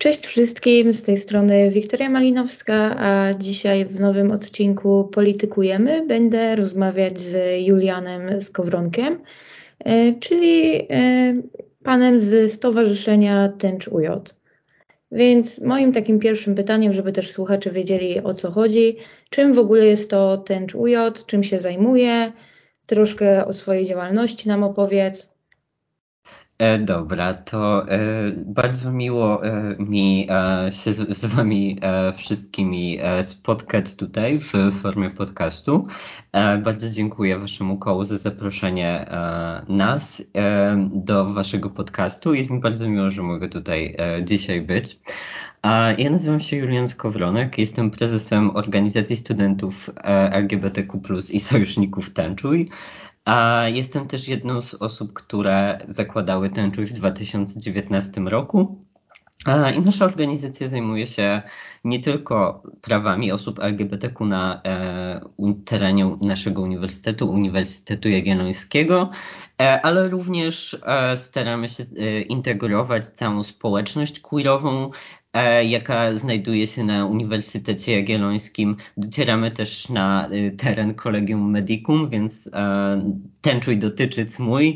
Cześć wszystkim, z tej strony Wiktoria Malinowska, a dzisiaj w nowym odcinku Politykujemy będę rozmawiać z Julianem Skowronkiem, czyli panem z Stowarzyszenia Tęcz UJ. Więc moim takim pierwszym pytaniem, żeby też słuchacze wiedzieli, o co chodzi, czym w ogóle jest to Tęcz UJ, czym się zajmuje, troszkę o swojej działalności nam opowiedz. Dobra, to bardzo miło mi się z wami wszystkimi spotkać tutaj w formie podcastu. Bardzo dziękuję waszemu kołu za zaproszenie nas do waszego podcastu. Jest mi bardzo miło, że mogę tutaj dzisiaj być. Ja nazywam się Julian Skowronek, jestem prezesem organizacji studentów LGBTQ+, i sojuszników Tęczuj. A jestem też jedną z osób, które zakładały Tęczuj w 2019 roku. I nasza organizacja zajmuje się nie tylko prawami osób LGBTQ na terenie naszego Uniwersytetu Jagiellońskiego, ale również staramy się integrować całą społeczność queerową, jaka znajduje się na Uniwersytecie Jagiellońskim. Docieramy też na teren Collegium Medicum, więc Tęczuj dotyczy CMUJ,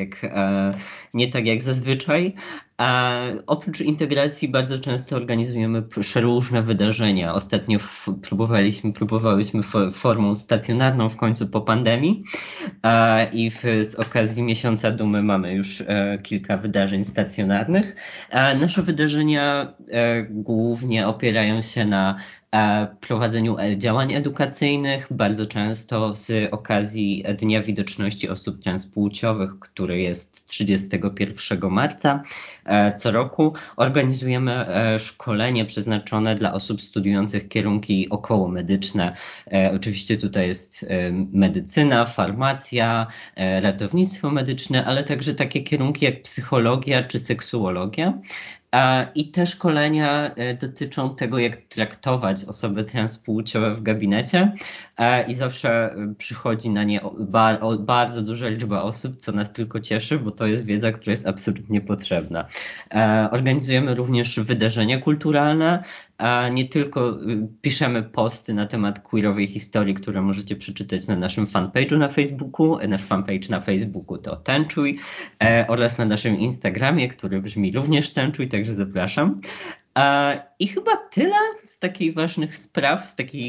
nie tak jak zazwyczaj. A oprócz integracji bardzo często organizujemy różne wydarzenia. Ostatnio próbowałyśmy formą stacjonarną w końcu po pandemii i z okazji Miesiąca Dumy mamy już kilka wydarzeń stacjonarnych. Nasze wydarzenia głównie opierają się na prowadzeniu działań edukacyjnych, bardzo często z okazji Dnia Widoczności Osób Transpłciowych, który jest 31 marca co roku. Organizujemy szkolenie przeznaczone dla osób studiujących kierunki okołomedyczne. Oczywiście tutaj jest medycyna, farmacja, ratownictwo medyczne, ale także takie kierunki jak psychologia czy seksuologia. I te szkolenia dotyczą tego, jak traktować osoby transpłciowe w gabinecie i zawsze przychodzi na nie bardzo duża liczba osób, co nas tylko cieszy, bo to jest wiedza, która jest absolutnie potrzebna. Organizujemy również wydarzenia kulturalne, nie tylko piszemy posty na temat queerowej historii, które możecie przeczytać na naszym fanpage'u na Facebooku. Nasz fanpage na Facebooku to Tęczuj oraz na naszym Instagramie, który brzmi również Tęczuj, także zapraszam. I chyba tyle z takich ważnych spraw,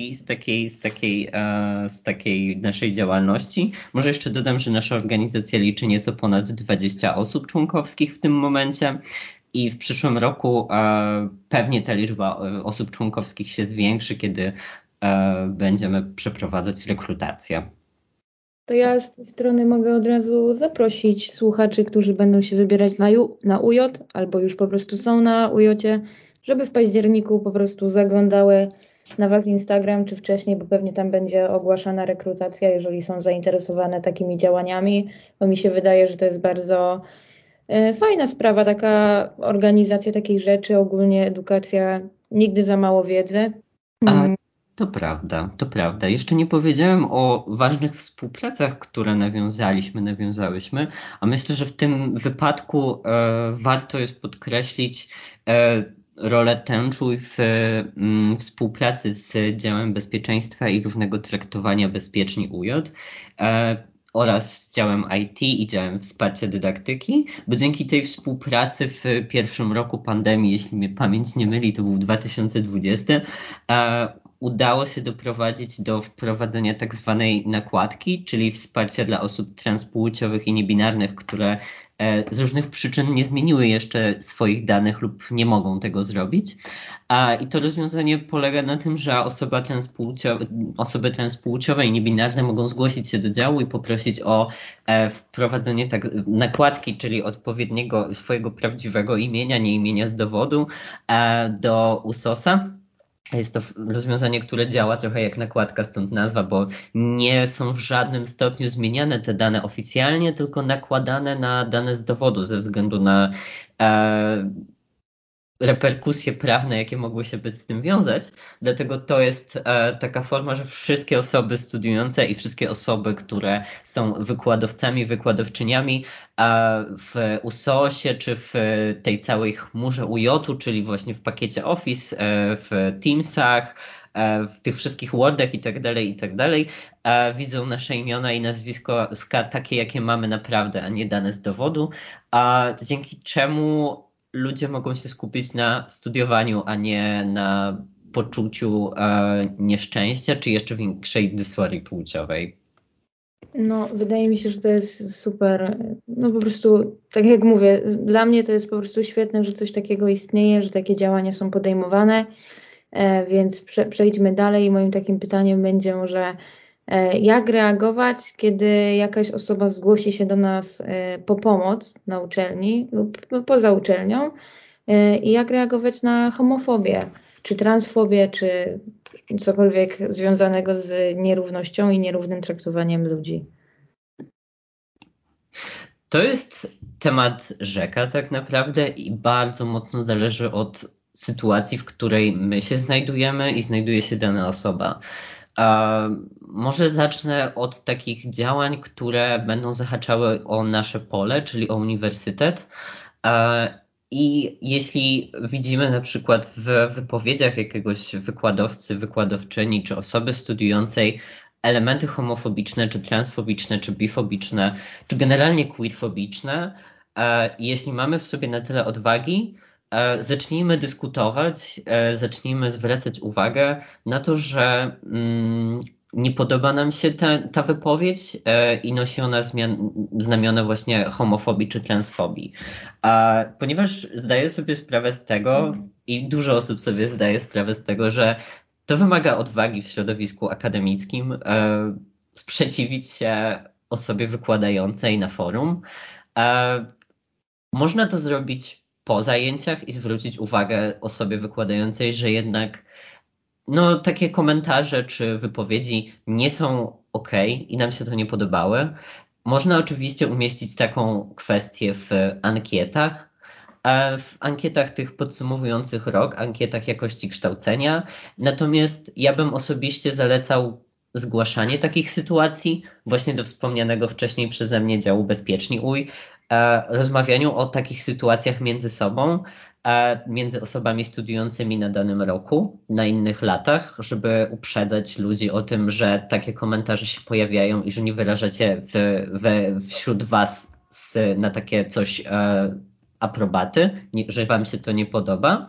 z takiej naszej działalności. Może jeszcze dodam, że nasza organizacja liczy nieco ponad 20 osób członkowskich w tym momencie. I w przyszłym roku pewnie ta liczba osób członkowskich się zwiększy, kiedy będziemy przeprowadzać rekrutację. To ja z tej strony mogę od razu zaprosić słuchaczy, którzy będą się wybierać na UJ albo już po prostu są na UJ, żeby w październiku po prostu zaglądały na wasz Instagram czy wcześniej, bo pewnie tam będzie ogłaszana rekrutacja, jeżeli są zainteresowane takimi działaniami, bo mi się wydaje, że to jest bardzo fajna sprawa, taka organizacja takich rzeczy, ogólnie edukacja, nigdy za mało wiedzy. To prawda. Jeszcze nie powiedziałem o ważnych współpracach, które nawiązałyśmy, a myślę, że w tym wypadku warto jest podkreślić rolę Tęczuj w współpracy z działem bezpieczeństwa i równego traktowania Bezpieczni UJ oraz z działem IT i działem wsparcia dydaktyki, bo dzięki tej współpracy w pierwszym roku pandemii, jeśli mnie pamięć nie myli, to był 2020, udało się doprowadzić do wprowadzenia tak zwanej nakładki, czyli wsparcia dla osób transpłciowych i niebinarnych, które z różnych przyczyn nie zmieniły jeszcze swoich danych lub nie mogą tego zrobić. I to rozwiązanie polega na tym, że osoby transpłciowe i niebinarne mogą zgłosić się do działu i poprosić o wprowadzenie nakładki, czyli odpowiedniego swojego prawdziwego imienia, nie imienia z dowodu, do USOS-a. Jest to rozwiązanie, które działa trochę jak nakładka, stąd nazwa, bo nie są w żadnym stopniu zmieniane te dane oficjalnie, tylko nakładane na dane z dowodu ze względu na reperkusje prawne, jakie mogły się z tym wiązać. Dlatego to jest taka forma, że wszystkie osoby studiujące i wszystkie osoby, które są wykładowcami, wykładowczyniami w USOS-ie czy w tej całej chmurze UJ-u, czyli właśnie w pakiecie Office, w Teamsach, w tych wszystkich Wordach i tak dalej, widzą nasze imiona i nazwiska takie, jakie mamy naprawdę, a nie dane z dowodu, dzięki czemu ludzie mogą się skupić na studiowaniu, a nie na poczuciu nieszczęścia, czy jeszcze większej dysforii płciowej. No, wydaje mi się, że to jest super. No po prostu, tak jak mówię, dla mnie to jest po prostu świetne, że coś takiego istnieje, że takie działania są podejmowane, więc przejdźmy dalej. Moim takim pytaniem będzie może, jak reagować, kiedy jakaś osoba zgłosi się do nas po pomoc na uczelni lub poza uczelnią i jak reagować na homofobię, czy transfobię, czy cokolwiek związanego z nierównością i nierównym traktowaniem ludzi. To jest temat rzeka tak naprawdę i bardzo mocno zależy od sytuacji, w której my się znajdujemy i znajduje się dana osoba. Może zacznę od takich działań, które będą zahaczały o nasze pole, czyli o uniwersytet. I jeśli widzimy na przykład w wypowiedziach jakiegoś wykładowcy, wykładowczyni czy osoby studiującej elementy homofobiczne, czy transfobiczne, czy bifobiczne, czy generalnie queerfobiczne, jeśli mamy w sobie na tyle odwagi, zacznijmy dyskutować, zacznijmy zwracać uwagę na to, że nie podoba nam się ta wypowiedź i nosi ona znamiona właśnie homofobii czy transfobii. Ponieważ zdaję sobie sprawę z tego i dużo osób sobie zdaje sprawę z tego, że to wymaga odwagi w środowisku akademickim sprzeciwić się osobie wykładającej na forum. Można to zrobić po zajęciach i zwrócić uwagę osobie wykładającej, że jednak no, takie komentarze czy wypowiedzi nie są ok i nam się to nie podobały. Można oczywiście umieścić taką kwestię w ankietach, w ankietach tych podsumowujących rok, ankietach jakości kształcenia. Natomiast ja bym osobiście zalecał zgłaszanie takich sytuacji właśnie do wspomnianego wcześniej przeze mnie działu Bezpieczni UJ, rozmawianiu o takich sytuacjach między sobą, między osobami studiującymi na danym roku, na innych latach, żeby uprzedzać ludzi o tym, że takie komentarze się pojawiają i że nie wyrażacie wśród was na takie coś aprobaty, że wam się to nie podoba.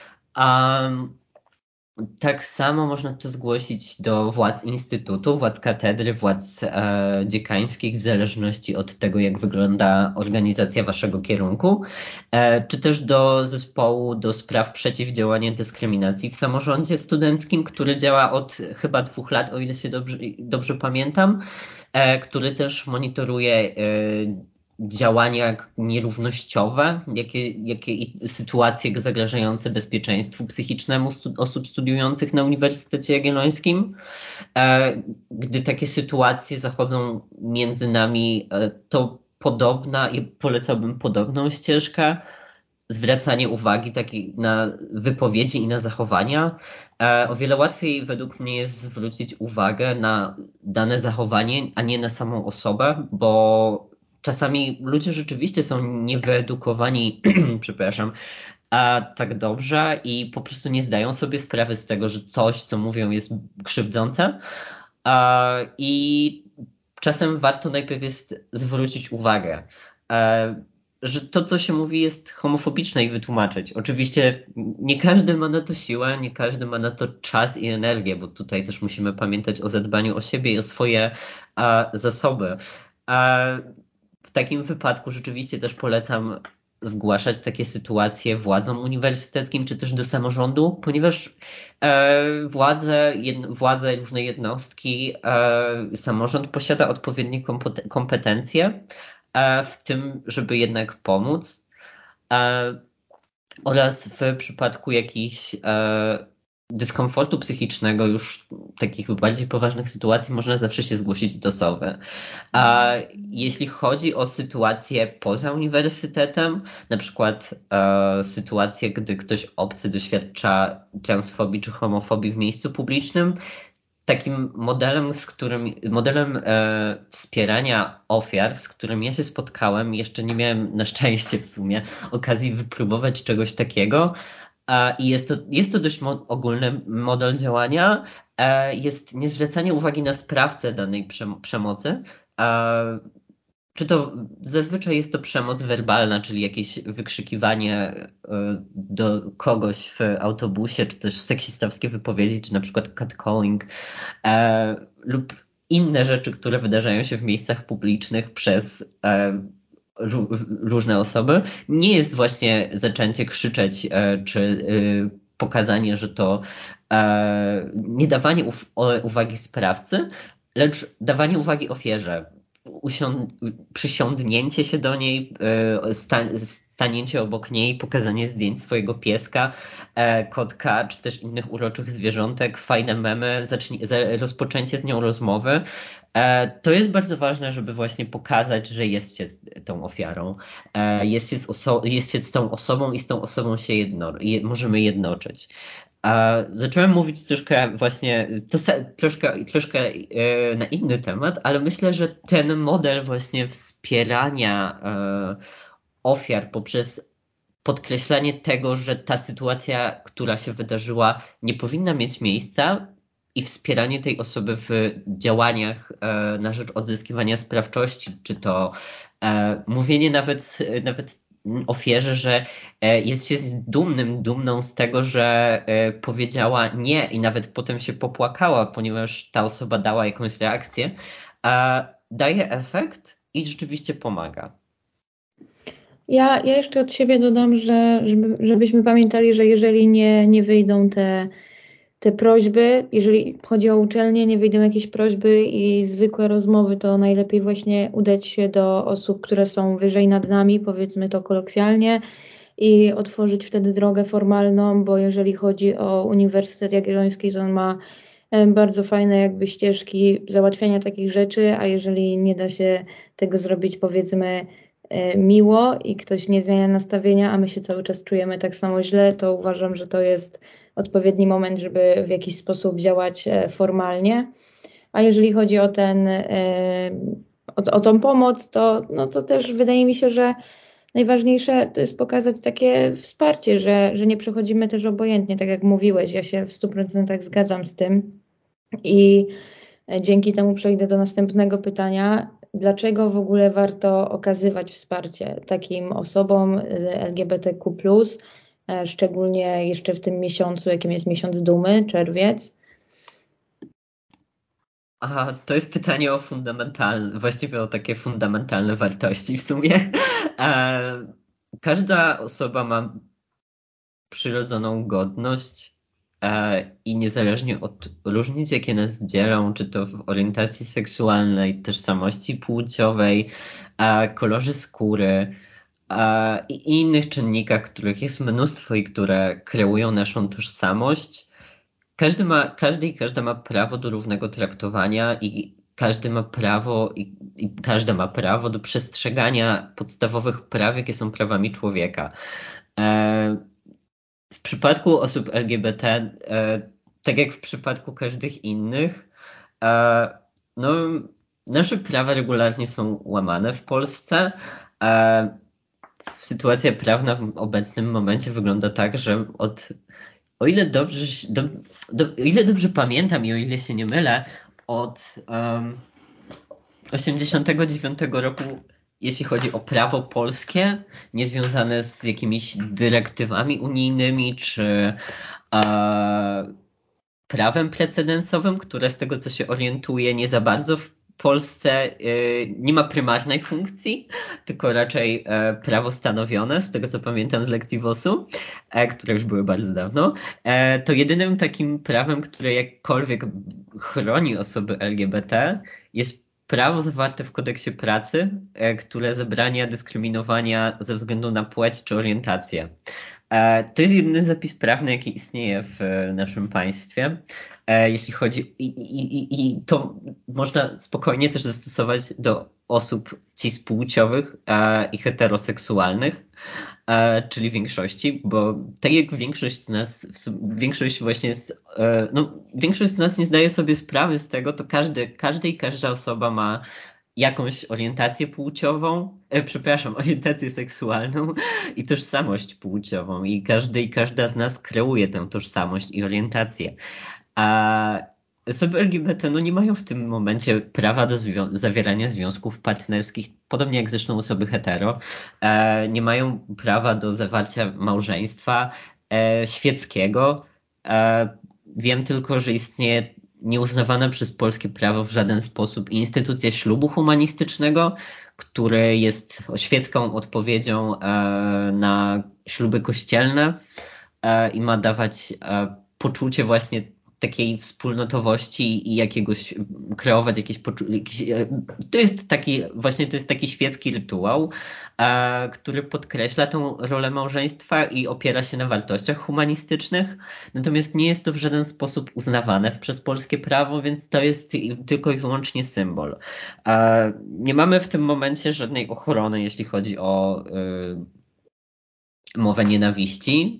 Tak samo można to zgłosić do władz instytutu, władz katedry, władz dziekańskich, w zależności od tego, jak wygląda organizacja waszego kierunku, czy też do zespołu do spraw przeciwdziałania dyskryminacji w samorządzie studenckim, który działa od chyba 2 lat, o ile się dobrze pamiętam, który też monitoruje działania nierównościowe, jakie sytuacje zagrażające bezpieczeństwu psychicznemu osób studiujących na Uniwersytecie Jagiellońskim. Gdy takie sytuacje zachodzą między nami, to podobna i polecałbym podobną ścieżkę, zwracanie uwagi na wypowiedzi i na zachowania. O wiele łatwiej według mnie jest zwrócić uwagę na dane zachowanie, a nie na samą osobę, bo czasami ludzie rzeczywiście są niewyedukowani, przepraszam, tak dobrze i po prostu nie zdają sobie sprawy z tego, że coś, co mówią, jest krzywdzące. I czasem warto najpierw jest zwrócić uwagę, że to, co się mówi, jest homofobiczne i wytłumaczyć. Oczywiście nie każdy ma na to siłę, nie każdy ma na to czas i energię, bo tutaj też musimy pamiętać o zadbaniu o siebie i o swoje zasoby. W takim wypadku rzeczywiście też polecam zgłaszać takie sytuacje władzom uniwersyteckim czy też do samorządu, ponieważ władze, różne jednostki, samorząd posiada odpowiednie kompetencje w tym, żeby jednak pomóc oraz w przypadku jakichś dyskomfortu psychicznego, już takich bardziej poważnych sytuacji, można zawsze się zgłosić do SOWR-y. A jeśli chodzi o sytuacje poza uniwersytetem, na przykład sytuacje, gdy ktoś obcy doświadcza transfobii czy homofobii w miejscu publicznym, takim modelem wspierania ofiar, z którym ja się spotkałem, jeszcze nie miałem na szczęście w sumie okazji wypróbować czegoś takiego. I jest to dość ogólny model działania. Jest niezwracanie uwagi na sprawcę danej przemocy. Czy to zazwyczaj jest to przemoc werbalna, czyli jakieś wykrzykiwanie do kogoś w autobusie, czy też seksistowskie wypowiedzi, czy na przykład catcalling, lub inne rzeczy, które wydarzają się w miejscach publicznych przez różne osoby. Nie jest właśnie zaczęcie krzyczeć, czy pokazanie, że to nie dawanie uwagi sprawcy, lecz dawanie uwagi ofierze. Przysiądnięcie się do niej, stanięcie obok niej, pokazanie zdjęć swojego pieska, kotka, czy też innych uroczych zwierzątek, fajne memy, rozpoczęcie z nią rozmowy. To jest bardzo ważne, żeby właśnie pokazać, że jest się tą ofiarą, jest się z tą osobą i z tą osobą się możemy jednoczyć. Zacząłem mówić troszkę właśnie, troszkę na inny temat, ale myślę, że ten model właśnie wspierania ofiar poprzez podkreślanie tego, że ta sytuacja, która się wydarzyła, nie powinna mieć miejsca, i wspieranie tej osoby w działaniach na rzecz odzyskiwania sprawczości, czy to mówienie nawet ofierze, że jest się dumną z tego, że powiedziała nie i nawet potem się popłakała, ponieważ ta osoba dała jakąś reakcję, daje efekt i rzeczywiście pomaga. Ja jeszcze od siebie dodam, żebyśmy pamiętali, że jeżeli nie wyjdą te prośby, jeżeli chodzi o uczelnię, nie wyjdą jakieś prośby i zwykłe rozmowy, to najlepiej właśnie udać się do osób, które są wyżej nad nami, powiedzmy to kolokwialnie, i otworzyć wtedy drogę formalną, bo jeżeli chodzi o Uniwersytet Jagielloński, to on ma bardzo fajne jakby ścieżki załatwiania takich rzeczy, a jeżeli nie da się tego zrobić, powiedzmy, miło i ktoś nie zmienia nastawienia, a my się cały czas czujemy tak samo źle, to uważam, że to jest odpowiedni moment, żeby w jakiś sposób działać formalnie. A jeżeli chodzi o o tą pomoc, to też wydaje mi się, że najważniejsze to jest pokazać takie wsparcie, że nie przechodzimy też obojętnie, tak jak mówiłeś. Ja się w 100% zgadzam z tym i dzięki temu przejdę do następnego pytania. Dlaczego w ogóle warto okazywać wsparcie takim osobom LGBTQ+, szczególnie jeszcze w tym miesiącu, jakim jest miesiąc dumy, czerwiec? Aha, to jest pytanie o właściwie o takie fundamentalne wartości w sumie. Każda osoba ma przyrodzoną godność i niezależnie od różnic, jakie nas dzielą, czy to w orientacji seksualnej, tożsamości płciowej, kolorze skóry i innych czynnikach, których jest mnóstwo i które kreują naszą tożsamość, każdy i każda ma prawo do równego traktowania i każdy ma prawo i każda ma prawo do przestrzegania podstawowych praw, jakie są prawami człowieka. W przypadku osób LGBT, tak jak w przypadku każdych innych, no, nasze prawa regularnie są łamane w Polsce. Sytuacja prawna w obecnym momencie wygląda tak, że o ile o ile dobrze pamiętam i o ile się nie mylę, od 1989 roku, jeśli chodzi o prawo polskie, niezwiązane z jakimiś dyrektywami unijnymi, czy prawem precedensowym, które z tego co się orientuje nie za bardzo w Polsce nie ma prymarnej funkcji, tylko raczej prawo stanowione, z tego co pamiętam z lekcji WOS-u, które już były bardzo dawno, to jedynym takim prawem, które jakkolwiek chroni osoby LGBT, jest prawo zawarte w kodeksie pracy, które zabrania dyskryminowania ze względu na płeć czy orientację. To jest jedyny zapis prawny, jaki istnieje w naszym państwie. Jeśli chodzi i to można spokojnie też zastosować do osób cispłciowych i heteroseksualnych, czyli większości, bo tak jak większość z nas, większość właśnie większość z nas nie zdaje sobie sprawy z tego, to każdy i każda osoba ma jakąś orientację płciową, orientację seksualną i tożsamość płciową i każdy i każda z nas kreuje tę tożsamość i orientację. A osoby LGBT nie mają w tym momencie prawa do zawierania związków partnerskich, podobnie jak zresztą osoby hetero. Nie mają prawa do zawarcia małżeństwa świeckiego. Wiem tylko, że istnieje nieuznawana przez polskie prawo w żaden sposób instytucja ślubu humanistycznego, który jest świecką odpowiedzią na śluby kościelne i ma dawać poczucie właśnie takiej wspólnotowości i jakiegoś kreować jakieś poczucie. To jest taki świecki rytuał, który podkreśla tą rolę małżeństwa i opiera się na wartościach humanistycznych. Natomiast nie jest to w żaden sposób uznawane przez polskie prawo, więc to jest tylko i wyłącznie symbol. Nie mamy w tym momencie żadnej ochrony, jeśli chodzi o mowę nienawiści.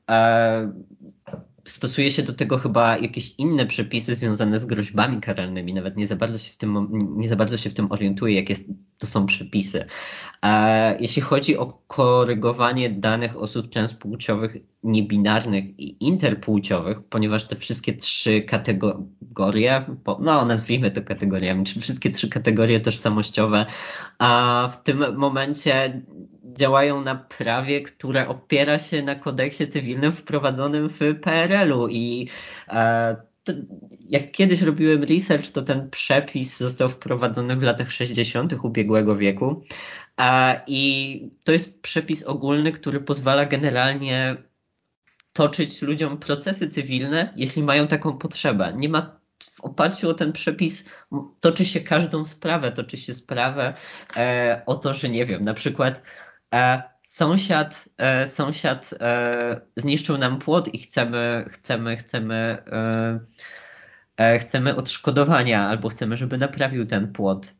Stosuje się do tego chyba jakieś inne przepisy związane z groźbami karalnymi. Nawet nie za bardzo się w tym orientuję, jakie to są przepisy. Jeśli chodzi o korygowanie danych osób transpłciowych, niebinarnych i interpłciowych, ponieważ te wszystkie trzy kategorie, nazwijmy to kategoriami, czy wszystkie trzy kategorie tożsamościowe, a w tym momencie działają na prawie, które opiera się na kodeksie cywilnym wprowadzonym w PRL-u i jak kiedyś robiłem research, to ten przepis został wprowadzony w latach 60. ubiegłego wieku i to jest przepis ogólny, który pozwala generalnie toczyć ludziom procesy cywilne, jeśli mają taką potrzebę. Nie ma w oparciu o ten przepis toczy się każdą sprawę. Toczy się sprawę o to, że nie wiem, na przykład sąsiad zniszczył nam płot i chcemy odszkodowania albo chcemy, żeby naprawił ten płot.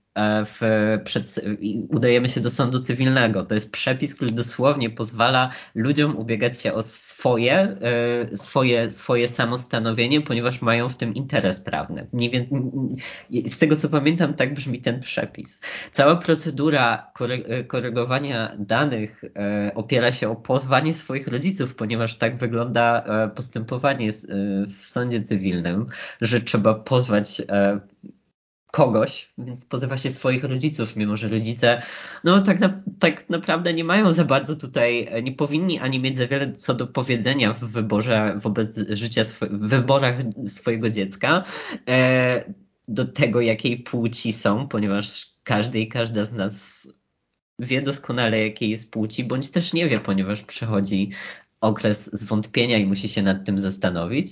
I udajemy się do sądu cywilnego. To jest przepis, który dosłownie pozwala ludziom ubiegać się o swoje samostanowienie, ponieważ mają w tym interes prawny. Z tego co pamiętam, tak brzmi ten przepis. Cała procedura korygowania danych opiera się o pozwanie swoich rodziców, ponieważ tak wygląda postępowanie w sądzie cywilnym, że trzeba pozwać kogoś, więc pozywa się swoich rodziców, mimo że rodzice tak naprawdę nie mają za bardzo tutaj, nie powinni ani mieć za wiele co do powiedzenia w wyborze wobec życia, w wyborach swojego dziecka do tego, jakiej płci są, ponieważ każdy i każda z nas wie doskonale, jakiej jest płci, bądź też nie wie, ponieważ przechodzi okres zwątpienia i musi się nad tym zastanowić.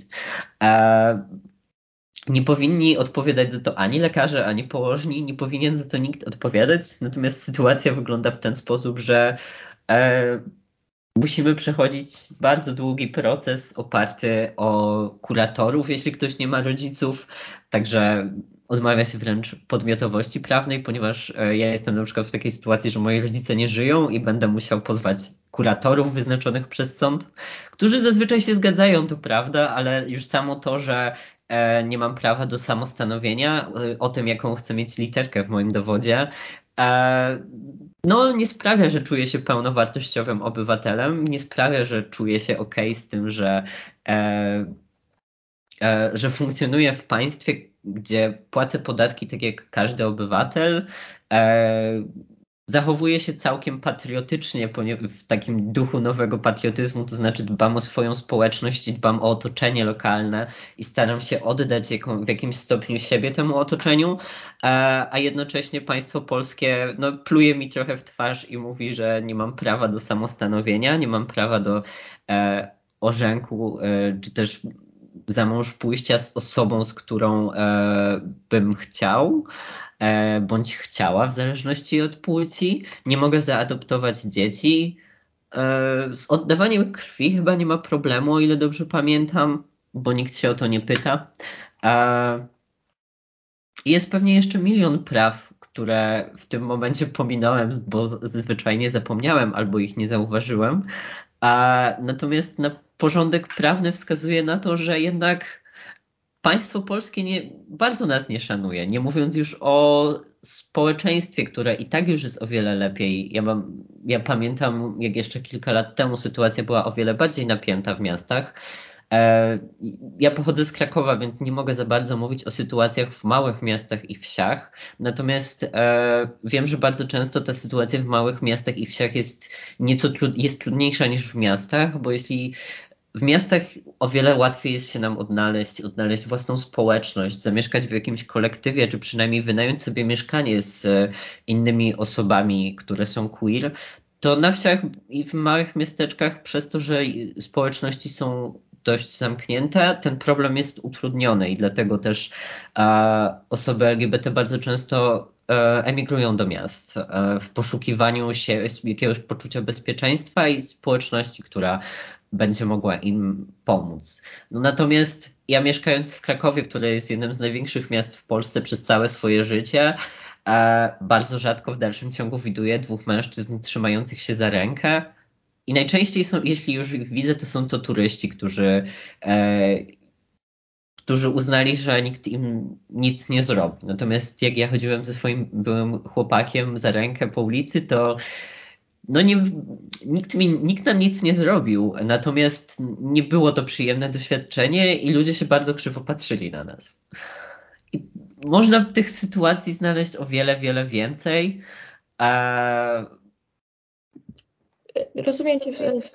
Nie powinni odpowiadać za to ani lekarze, ani położni, nie powinien za to nikt odpowiadać. Natomiast sytuacja wygląda w ten sposób, że musimy przechodzić bardzo długi proces oparty o kuratorów, jeśli ktoś nie ma rodziców. Także odmawia się wręcz podmiotowości prawnej, ponieważ ja jestem na przykład w takiej sytuacji, że moi rodzice nie żyją i będę musiał pozwać kuratorów wyznaczonych przez sąd, którzy zazwyczaj się zgadzają, to prawda, ale już samo to, że nie mam prawa do samostanowienia, o tym, jaką chcę mieć literkę w moim dowodzie, nie sprawia, że czuję się pełnowartościowym obywatelem, nie sprawia, że czuję się okej z tym, że funkcjonuję w państwie, gdzie płacę podatki tak jak każdy obywatel, zachowuję się całkiem patriotycznie, w takim duchu nowego patriotyzmu, to znaczy dbam o swoją społeczność i dbam o otoczenie lokalne i staram się oddać w jakimś stopniu siebie temu otoczeniu, a jednocześnie państwo polskie pluje mi trochę w twarz i mówi, że nie mam prawa do samostanowienia, nie mam prawa do orzęku, czy też za mąż pójścia z osobą, z którą bym chciał bądź chciała, w zależności od płci. Nie mogę zaadoptować dzieci. Z oddawaniem krwi chyba nie ma problemu, o ile dobrze pamiętam, bo nikt się o to nie pyta. Jest pewnie jeszcze milion praw, które w tym momencie pominąłem, bo zwyczajnie zapomniałem albo ich nie zauważyłem. Natomiast porządek prawny wskazuje na to, że jednak państwo polskie bardzo nas nie szanuje. Nie mówiąc już o społeczeństwie, które i tak już jest o wiele lepiej. Ja pamiętam, jak jeszcze kilka lat temu sytuacja była o wiele bardziej napięta w miastach. Ja pochodzę z Krakowa, więc nie mogę za bardzo mówić o sytuacjach w małych miastach i wsiach. Natomiast wiem, że bardzo często ta sytuacja w małych miastach i wsiach jest jest trudniejsza niż w miastach, bo jeśli w miastach o wiele łatwiej jest się nam odnaleźć własną społeczność, zamieszkać w jakimś kolektywie, czy przynajmniej wynająć sobie mieszkanie z innymi osobami, które są queer, to na wsiach i w małych miasteczkach przez to, że społeczności są dość zamknięte, ten problem jest utrudniony i dlatego też osoby LGBT bardzo często emigrują do miast w poszukiwaniu się jakiegoś poczucia bezpieczeństwa i społeczności, która będzie mogła im pomóc. No natomiast ja mieszkając w Krakowie, które jest jednym z największych miast w Polsce przez całe swoje życie, bardzo rzadko w dalszym ciągu widuję dwóch mężczyzn trzymających się za rękę. I najczęściej jeśli już ich widzę, to są to turyści, którzy uznali, że nikt im nic nie zrobi. Natomiast jak ja chodziłem ze swoim byłym chłopakiem za rękę po ulicy, to no nie, nikt nam nic nie zrobił, natomiast nie było to przyjemne doświadczenie i ludzie się bardzo krzywo patrzyli na nas. I można tych sytuacji znaleźć o wiele, wiele więcej. Rozumiem cię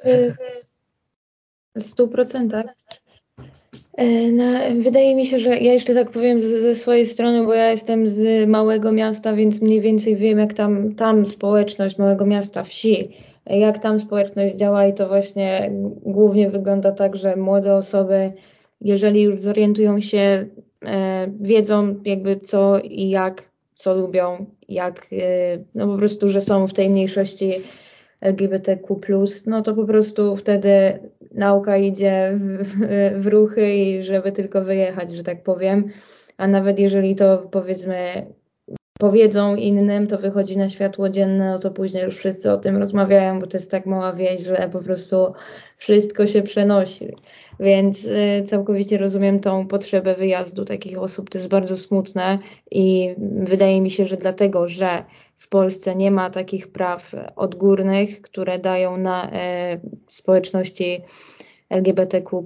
w 100%. No, wydaje mi się, że ja jeszcze tak powiem ze swojej strony, bo ja jestem z małego miasta, więc mniej więcej wiem, jak tam społeczność małego miasta, wsi, jak tam społeczność działa i to właśnie głównie wygląda tak, że młode osoby, jeżeli już zorientują się, wiedzą jakby co i jak, co lubią, jak, no po prostu, że są w tej mniejszości LGBTQ+, no to po prostu wtedy nauka idzie w ruchy i żeby tylko wyjechać, że tak powiem. A nawet jeżeli to powiedzmy powiedzą innym, to wychodzi na światło dzienne, no to później już wszyscy o tym rozmawiają, bo to jest tak mała wieś, że po prostu wszystko się przenosi. Więc całkowicie rozumiem tą potrzebę wyjazdu takich osób. To jest bardzo smutne i wydaje mi się, że dlatego, że w Polsce nie ma takich praw odgórnych, które dają na społeczności LGBTQ+,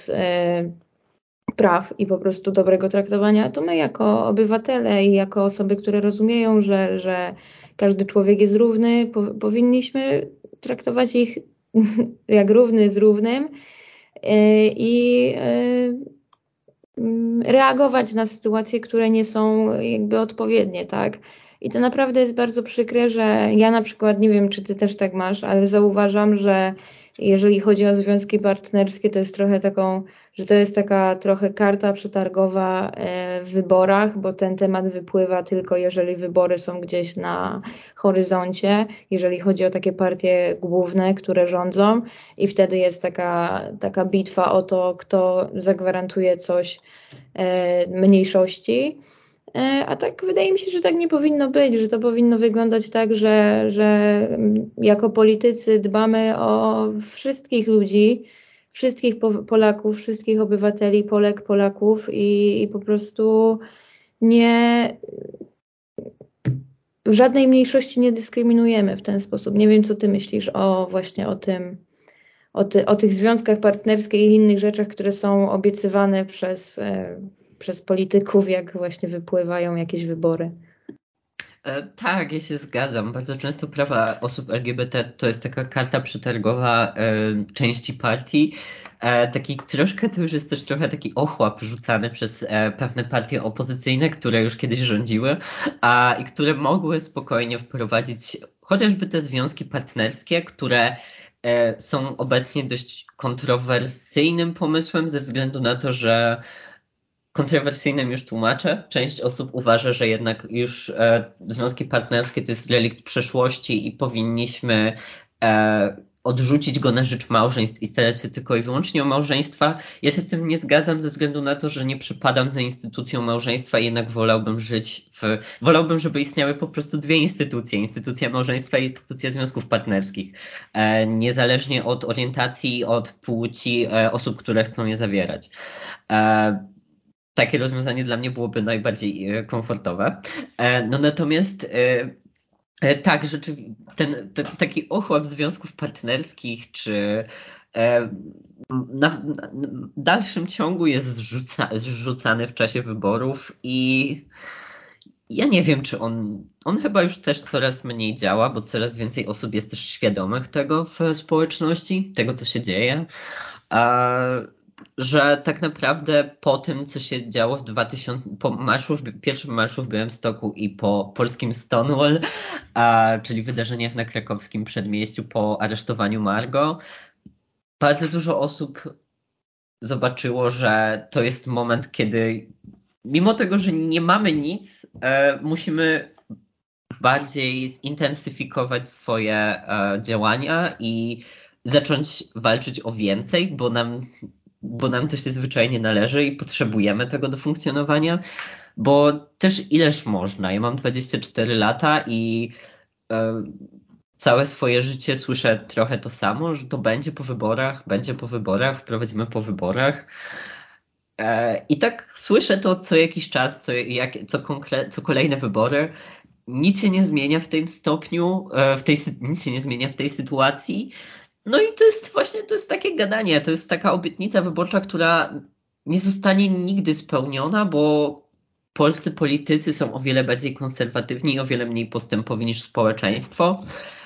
praw i po prostu dobrego traktowania, to my jako obywatele i jako osoby, które rozumieją, że każdy człowiek jest równy, powinniśmy traktować ich jak równy z równym i reagować na sytuacje, które nie są jakby odpowiednie, tak? I to naprawdę jest bardzo przykre, że ja na przykład, nie wiem, czy ty też tak masz, ale zauważam, że jeżeli chodzi o związki partnerskie, to jest trochę że to jest taka trochę karta przetargowa w wyborach, bo ten temat wypływa tylko jeżeli wybory są gdzieś na horyzoncie, jeżeli chodzi o takie partie główne, które rządzą i wtedy jest taka bitwa o to, kto zagwarantuje coś mniejszości. A tak wydaje mi się, że tak nie powinno być, że to powinno wyglądać tak, że jako politycy dbamy o wszystkich ludzi, wszystkich Polaków, wszystkich obywateli, Polaków i po prostu nie w żadnej mniejszości nie dyskryminujemy w ten sposób. Nie wiem, co ty myślisz właśnie o tym, o tych związkach partnerskich i innych rzeczach, które są obiecywane przez polityków, jak właśnie wypływają jakieś wybory. Tak, ja się zgadzam. Bardzo często prawa osób LGBT to jest taka karta przetargowa części partii. To już jest też trochę taki ochłap rzucany przez pewne partie opozycyjne, które już kiedyś rządziły, i które mogły spokojnie wprowadzić chociażby te związki partnerskie, które są obecnie dość kontrowersyjnym pomysłem ze względu na to, że kontrowersyjnym już tłumaczę. Część osób uważa, że jednak już związki partnerskie to jest relikt przeszłości i powinniśmy odrzucić go na rzecz małżeństw i starać się tylko i wyłącznie o małżeństwa. Ja się z tym nie zgadzam ze względu na to, że nie przypadam za instytucją małżeństwa i jednak wolałbym, żeby istniały po prostu dwie instytucje. Instytucja małżeństwa i instytucja związków partnerskich. Niezależnie od orientacji, od płci osób, które chcą je zawierać. Takie rozwiązanie dla mnie byłoby najbardziej komfortowe. No natomiast tak, rzeczywiście ten taki ochłap związków partnerskich, czy w dalszym ciągu jest zrzucany w czasie wyborów i ja nie wiem, czy on chyba już też coraz mniej działa, bo coraz więcej osób jest też świadomych tego w społeczności, tego co się dzieje. Że tak naprawdę po tym, co się działo w 2000, po pierwszym marszu w Białymstoku i po polskim Stonewall, czyli wydarzeniach na krakowskim przedmieściu, po aresztowaniu Margo, bardzo dużo osób zobaczyło, że to jest moment, kiedy mimo tego, że nie mamy nic, musimy bardziej zintensyfikować swoje działania i zacząć walczyć o więcej, bo nam to się zwyczajnie należy i potrzebujemy tego do funkcjonowania, bo też ileż można. Ja mam 24 lata i całe swoje życie słyszę trochę to samo, że to będzie po wyborach, wprowadzimy po wyborach. I tak słyszę to co jakiś czas, co kolejne wybory. Nic się nie zmienia w tym stopniu, nic się nie zmienia w tej sytuacji. No i to jest takie gadanie, to jest taka obietnica wyborcza, która nie zostanie nigdy spełniona, bo polscy politycy są o wiele bardziej konserwatywni i o wiele mniej postępowi niż społeczeństwo.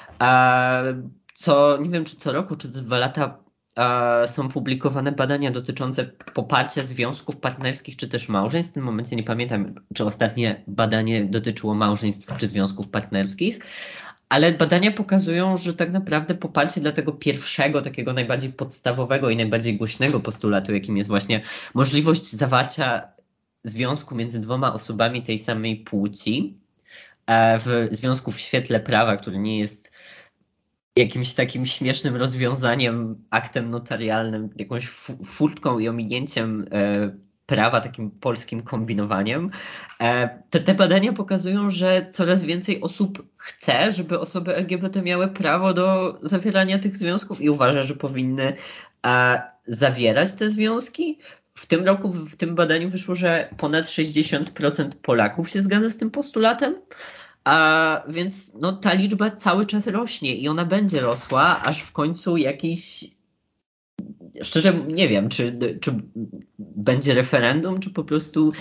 Nie wiem, czy co roku, czy co 2 lata są publikowane badania dotyczące poparcia związków partnerskich, czy też małżeństw. W tym momencie nie pamiętam, czy ostatnie badanie dotyczyło małżeństw, czy związków partnerskich. Ale badania pokazują, że tak naprawdę poparcie dla tego pierwszego, takiego najbardziej podstawowego i najbardziej głośnego postulatu, jakim jest właśnie możliwość zawarcia związku między dwoma osobami tej samej płci, w związku w świetle prawa, który nie jest jakimś takim śmiesznym rozwiązaniem, aktem notarialnym, jakąś furtką i ominięciem prawa, takim polskim kombinowaniem. Te badania pokazują, że coraz więcej osób chce, żeby osoby LGBT miały prawo do zawierania tych związków i uważa, że powinny zawierać te związki. W tym roku w tym badaniu wyszło, że ponad 60% Polaków się zgadza z tym postulatem. Więc no, ta liczba cały czas rośnie i ona będzie rosła, aż w końcu jakiś. Szczerze nie wiem, czy będzie referendum, czy po prostu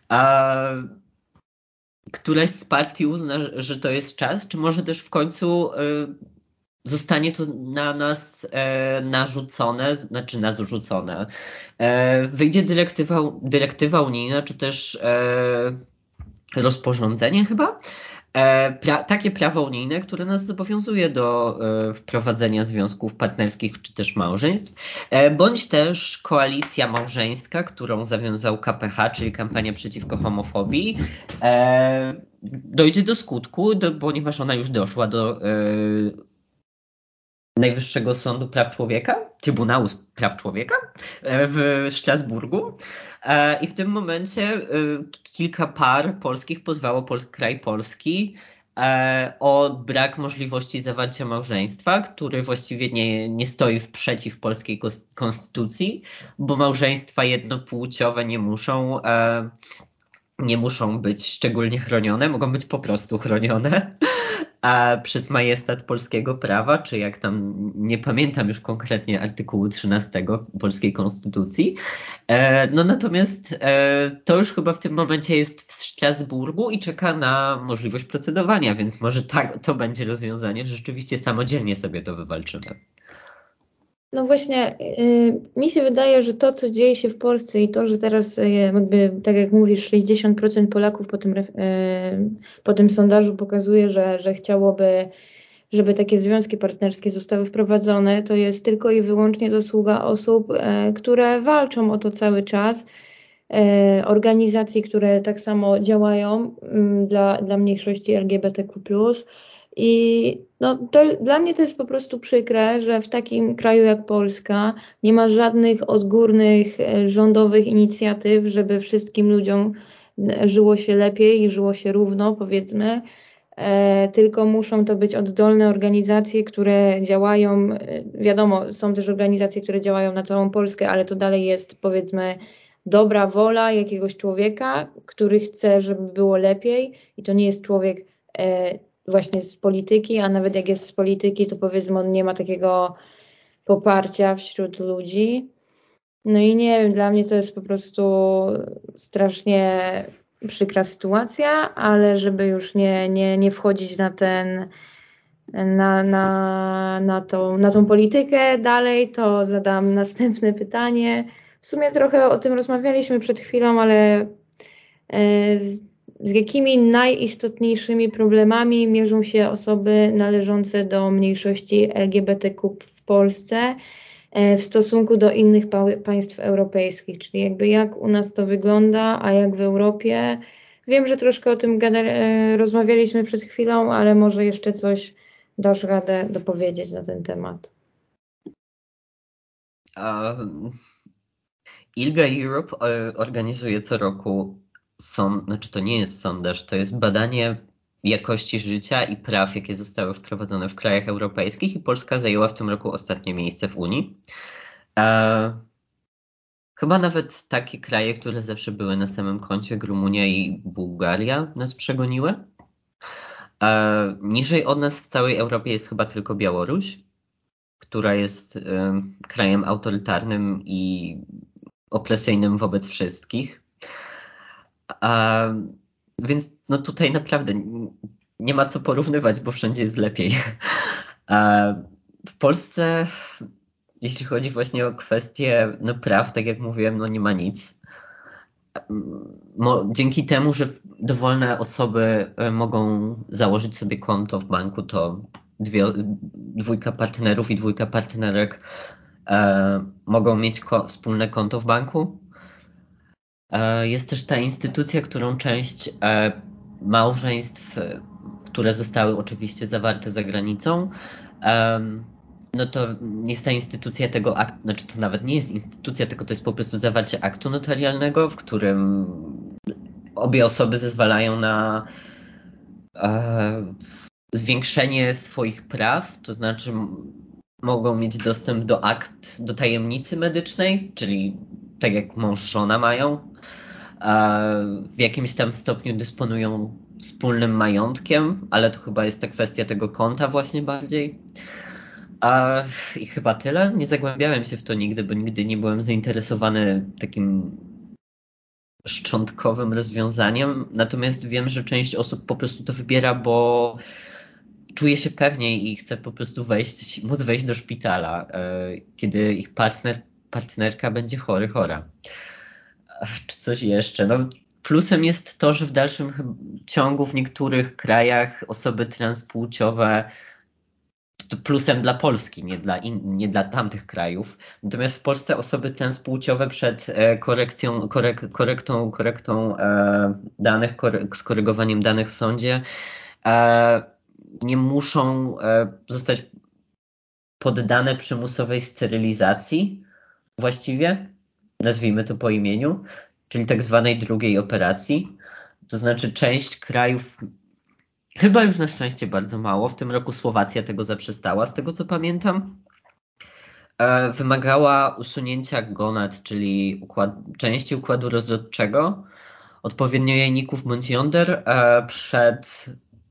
któraś z partii uzna, że to jest czas, czy może też w końcu zostanie to na nas narzucone. Wyjdzie dyrektywa unijna, czy też rozporządzenie chyba. Takie prawo unijne, które nas zobowiązuje do wprowadzenia związków partnerskich czy też małżeństw, bądź też koalicja małżeńska, którą zawiązał KPH, czyli kampania przeciwko homofobii, dojdzie do skutku, ponieważ ona już doszła do Najwyższego Sądu Praw Człowieka, Trybunału Praw Człowieka w Strasburgu. I w tym momencie kilka par polskich pozwało kraj polski o brak możliwości zawarcia małżeństwa, który właściwie nie stoi przeciw polskiej konstytucji, bo małżeństwa jednopłciowe nie muszą być szczególnie chronione, mogą być po prostu chronione przez majestat polskiego prawa, czy jak tam, nie pamiętam już konkretnie artykułu 13 polskiej konstytucji. No natomiast to już chyba w tym momencie jest w Strasburgu i czeka na możliwość procedowania, więc może tak to będzie rozwiązanie, że rzeczywiście samodzielnie sobie to wywalczymy. No właśnie, mi się wydaje, że to, co dzieje się w Polsce i to, że teraz jakby, tak jak mówisz, 60% Polaków po tym sondażu pokazuje, że chciałoby, żeby takie związki partnerskie zostały wprowadzone, to jest tylko i wyłącznie zasługa osób, które walczą o to cały czas, organizacji, które tak samo działają dla mniejszości LGBTQ+, I no, dla mnie to jest po prostu przykre, że w takim kraju jak Polska nie ma żadnych odgórnych rządowych inicjatyw, żeby wszystkim ludziom żyło się lepiej i żyło się równo, powiedzmy. Tylko muszą to być oddolne organizacje, które działają, wiadomo, są też organizacje, które działają na całą Polskę, ale to dalej jest, powiedzmy, dobra wola jakiegoś człowieka, który chce, żeby było lepiej i to nie jest człowiek właśnie z polityki, a nawet jak jest z polityki, to powiedzmy on nie ma takiego poparcia wśród ludzi. No i nie wiem, dla mnie to jest po prostu strasznie przykra sytuacja, ale żeby już nie wchodzić na tą politykę dalej, to zadam następne pytanie. W sumie trochę o tym rozmawialiśmy przed chwilą, ale z jakimi najistotniejszymi problemami mierzą się osoby należące do mniejszości LGBTQ w Polsce w stosunku do innych państw europejskich, czyli jakby jak u nas to wygląda, a jak w Europie. Wiem, że troszkę o tym rozmawialiśmy przed chwilą, ale może jeszcze coś dasz radę dopowiedzieć na ten temat. ILGA Europe organizuje co roku znaczy to nie jest sondaż, to jest badanie jakości życia i praw, jakie zostały wprowadzone w krajach europejskich i Polska zajęła w tym roku ostatnie miejsce w Unii. Chyba nawet takie kraje, które zawsze były na samym końcu, jak Rumunia i Bułgaria, nas przegoniły. Niżej od nas w całej Europie jest chyba tylko Białoruś, która jest krajem autorytarnym i opresyjnym wobec wszystkich. Więc no tutaj naprawdę nie ma co porównywać, bo wszędzie jest lepiej. W Polsce, jeśli chodzi właśnie o kwestie praw, tak jak mówiłem, no nie ma nic. Dzięki temu, że dowolne osoby mogą założyć sobie konto w banku, to dwójka partnerów i dwójka partnerek mogą mieć wspólne konto w banku. Jest też ta instytucja, którą część małżeństw, które zostały oczywiście zawarte za granicą, no to jest ta instytucja tego aktu, znaczy to nawet nie jest instytucja, tylko to jest po prostu zawarcie aktu notarialnego, w którym obie osoby zezwalają na zwiększenie swoich praw, to znaczy mogą mieć dostęp do akt, do tajemnicy medycznej, czyli tak jak mąż, żona mają. W jakimś tam stopniu dysponują wspólnym majątkiem, ale to chyba jest ta kwestia tego konta właśnie bardziej. I chyba tyle. Nie zagłębiałem się w to nigdy, bo nigdy nie byłem zainteresowany takim szczątkowym rozwiązaniem. Natomiast wiem, że część osób po prostu to wybiera, bo czuje się pewniej i chce po prostu móc wejść do szpitala, kiedy ich partnerka będzie chora. Czy coś jeszcze? No, plusem jest to, że w dalszym ciągu w niektórych krajach osoby transpłciowe, to plusem dla Polski, nie dla tamtych krajów. Natomiast w Polsce osoby transpłciowe przed korektą danych, skorygowaniem danych w sądzie nie muszą zostać poddane przymusowej sterylizacji właściwie, nazwijmy to po imieniu, czyli tak zwanej drugiej operacji. To znaczy część krajów, chyba już na szczęście bardzo mało, w tym roku Słowacja tego zaprzestała, z tego co pamiętam, wymagała usunięcia gonad, czyli części układu rozrodczego, odpowiednio jajników bądź jąder przed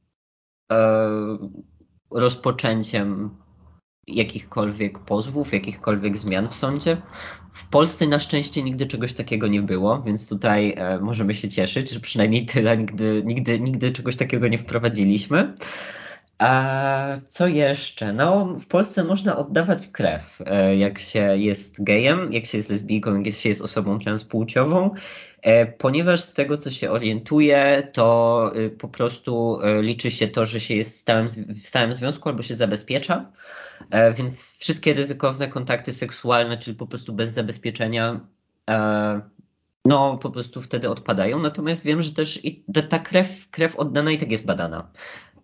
rozpoczęciem jakichkolwiek pozwów, jakichkolwiek zmian w sądzie. W Polsce na szczęście nigdy czegoś takiego nie było, więc tutaj możemy się cieszyć, że przynajmniej tyle nigdy czegoś takiego nie wprowadziliśmy. A co jeszcze? No, w Polsce można oddawać krew, jak się jest gejem, jak się jest lesbijką, jak się jest osobą transpłciową, ponieważ z tego, co się orientuje, to po prostu liczy się to, że się jest w stałym związku albo się zabezpiecza, więc wszystkie ryzykowne kontakty seksualne, czyli po prostu bez zabezpieczenia, no po prostu wtedy odpadają. Natomiast wiem, że też ta krew oddana i tak jest badana.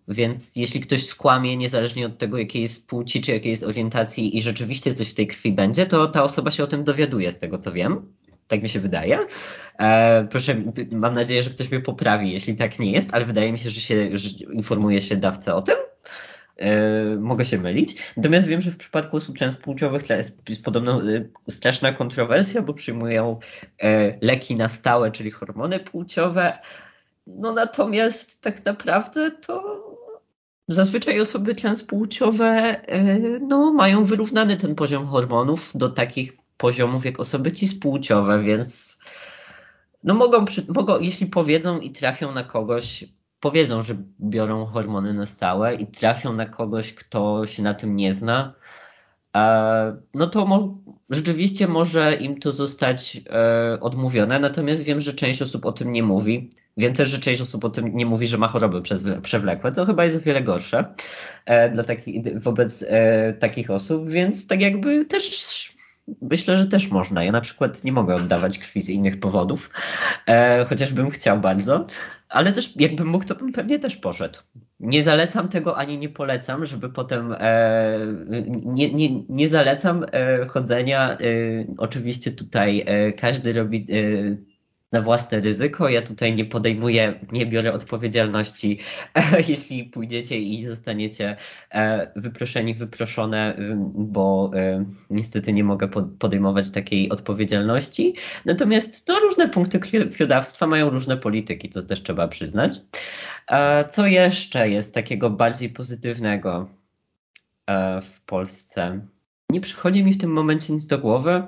Więc jeśli ktoś skłamie, niezależnie od tego, jakiej jest płci czy jakiej jest orientacji i rzeczywiście coś w tej krwi będzie, to ta osoba się o tym dowiaduje, z tego co wiem. Tak mi się wydaje. Proszę, mam nadzieję, że ktoś mnie poprawi, jeśli tak nie jest, ale wydaje mi się, że informuje się dawcę o tym. Mogę się mylić. Natomiast wiem, że w przypadku osób transpłciowych jest podobno straszna kontrowersja, bo przyjmują leki na stałe, czyli hormony płciowe. No natomiast tak naprawdę to zazwyczaj osoby transpłciowe no, mają wyrównany ten poziom hormonów do takich poziomów jak osoby cispłciowe, więc no mogą, jeśli powiedzą i trafią na kogoś, powiedzą, że biorą hormony na stałe i trafią na kogoś, kto się na tym nie zna, no to rzeczywiście może im to zostać odmówione, natomiast wiem, że część osób o tym nie mówi. Wiem też, że część osób o tym nie mówi, że ma choroby przewlekłe. To chyba jest o wiele gorsze wobec takich osób, więc tak jakby też myślę, że też można. Ja na przykład nie mogę oddawać krwi z innych powodów, chociażbym chciał bardzo, ale też jakbym mógł, to bym pewnie też poszedł. Nie zalecam tego ani nie polecam, żeby potem nie zalecam chodzenia. Oczywiście tutaj każdy robi na własne ryzyko. Ja tutaj nie podejmuję, nie biorę odpowiedzialności, jeśli pójdziecie i zostaniecie wyproszeni, wyproszone, bo niestety nie mogę podejmować takiej odpowiedzialności. Natomiast to różne punkty krwiodawstwa mają różne polityki, to też trzeba przyznać. Co jeszcze jest takiego bardziej pozytywnego w Polsce? Nie przychodzi mi w tym momencie nic do głowy.